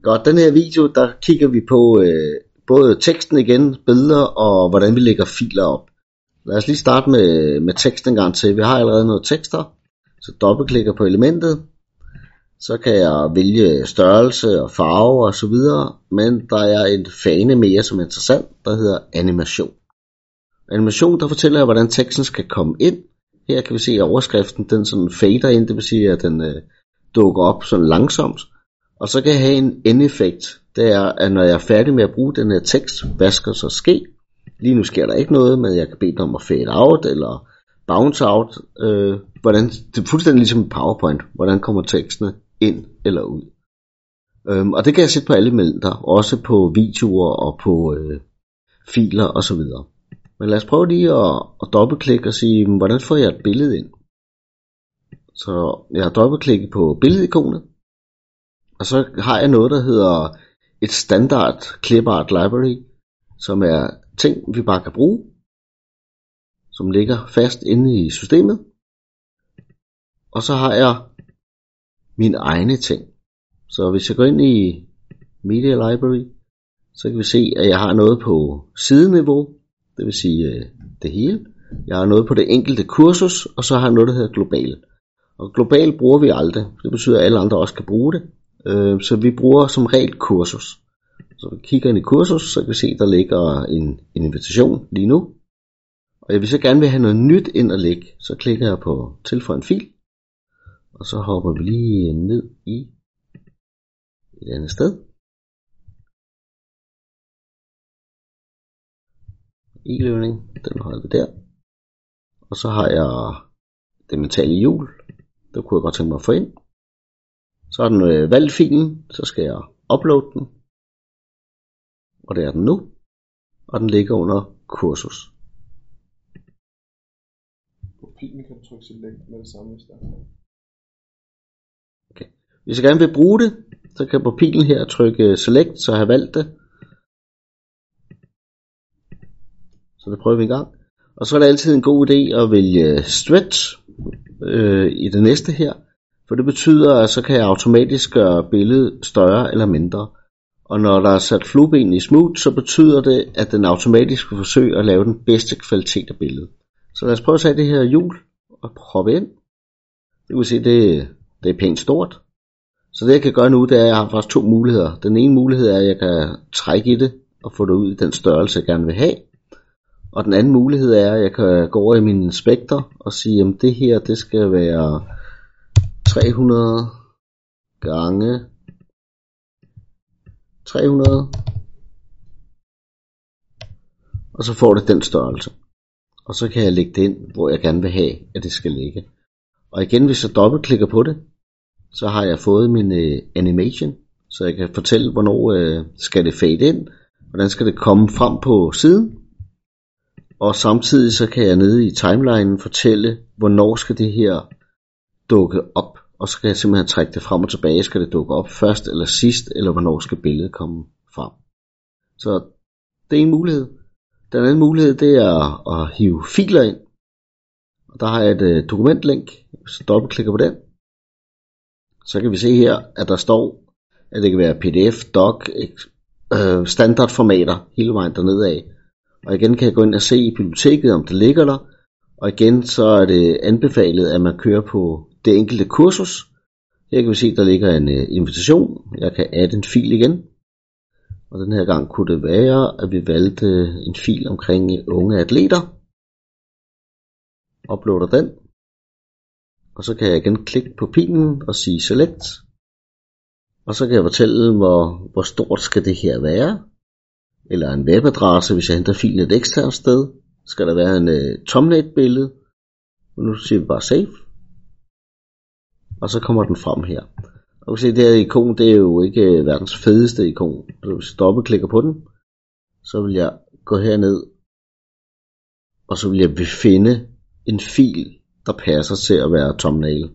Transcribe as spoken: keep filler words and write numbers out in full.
Godt, den her video, der kigger vi på øh, både teksten igen, billeder og hvordan vi lægger filer op. Lad os lige starte med, med teksten en gang til. Vi har allerede noget tekster, så dobbeltklikker på elementet. Så kan jeg vælge størrelse og farve og så videre, men der er en fane mere som er interessant, der hedder animation. Animation, der fortæller jeg, hvordan teksten skal komme ind. Her kan vi se, at overskriften den sådan fader ind, det vil sige, at den øh, dukker op sådan langsomt. Og så kan jeg have en end-effekt. Det er, at når jeg er færdig med at bruge den her tekst, hvad skal så ske? Lige nu sker der ikke noget, men jeg kan bede den om at fade out eller bounce out. Øh, hvordan, det er fuldstændig ligesom PowerPoint. Hvordan kommer tekstene ind eller ud? Øhm, og det kan jeg sætte på alle elementer, også på videoer og på øh, filer osv. Men lad os prøve lige at, at dobbeltklikke og sige, hvordan får jeg et billede ind? Så jeg har dobbeltklikket på billedikonet. Og så har jeg noget, der hedder et standard clipart library, som er ting, vi bare kan bruge, som ligger fast inde i systemet. Og så har jeg mine egne ting. Så hvis jeg går ind i Media Library, så kan vi se, at jeg har noget på sideniveau, det vil sige det hele. Jeg har noget på det enkelte kursus, og så har jeg noget, der hedder global. Og global bruger vi aldrig, det betyder, at alle andre også kan bruge det. Så vi bruger som regel kursus. Så vi kigger ind i kursus, så kan vi se, der ligger en, en invitation lige nu. Og jeg vil så gerne vil have noget nyt ind og lægge, så klikker jeg på tilføj en fil. Og så hopper vi lige ned i et andet sted. E-learning, den holder vi der. Og så har jeg det mentale hjul, det kunne jeg godt tænke mig at få ind. Så er den øh, valgt filen, så skal jeg uploade den. Og det er den nu. Og den ligger under kursus. På filen kan du trykke select med det samme hvis der er. Okay. Hvis jeg gerne vil bruge det, så kan jeg på pilen her trykke select, så har jeg valgt det. Så det prøver vi en gang. Og så er det altid en god idé at vælge stretch øh, i det næste her. For det betyder, at så kan jeg automatisk gøre billedet større eller mindre. Og når der er sat flueben i smooth, så betyder det, at den automatisk vil forsøge at lave den bedste kvalitet af billedet. Så lad os prøve at tage det her hjul og proppe ind. Det vil se, det, det er pænt stort. Så det jeg kan gøre nu, det er, at jeg har faktisk to muligheder. Den ene mulighed er, at jeg kan trække i det og få det ud i den størrelse, jeg gerne vil have. Og den anden mulighed er, at jeg kan gå over i min inspektor og sige, at det her det skal være tre hundrede gange tre hundrede, og så får det den størrelse. Og så kan jeg lægge det ind, hvor jeg gerne vil have, at det skal ligge. Og igen, hvis jeg dobbeltklikker på det, så har jeg fået min uh, animation, så jeg kan fortælle, hvornår uh, skal det fade ind, hvordan skal det komme frem på siden. Og samtidig så kan jeg nede i timelinen fortælle, hvornår skal det her dukke op. Og så kan jeg simpelthen trække det frem og tilbage. Skal det dukke op først eller sidst, eller hvornår skal billedet komme frem. Så det er en mulighed. Den anden mulighed, det er at hive filer ind. Og der har jeg et uh, dokumentlink. Hvis jeg dobbeltklikker på den, så kan vi se her, at der står, at det kan være P D F, doc, øh, standardformater hele vejen dernede af. Og igen kan jeg gå ind og se i biblioteket, om det ligger der. Og igen så er det anbefalet, at man kører på det enkelte kursus. Her kan vi se, at der ligger en uh, invitation. Jeg kan adde en fil igen. Og den her gang kunne det være, at vi valgte en fil omkring unge atleter. Uploader den. Og så kan jeg igen klikke på pilen og sige select. Og så kan jeg fortælle, hvor, hvor stort skal det her være. Eller en webadresse, hvis jeg henter filen et eksternt sted. Skal der være en uh, thumbnail billede. Og nu siger vi bare save. Og så kommer den frem her. Og du kan se, det her ikon, det er jo ikke verdens fedeste ikon. Så hvis jeg dobbeltklikker på den, så vil jeg gå herned, og så vil jeg finde en fil, der passer til at være thumbnail.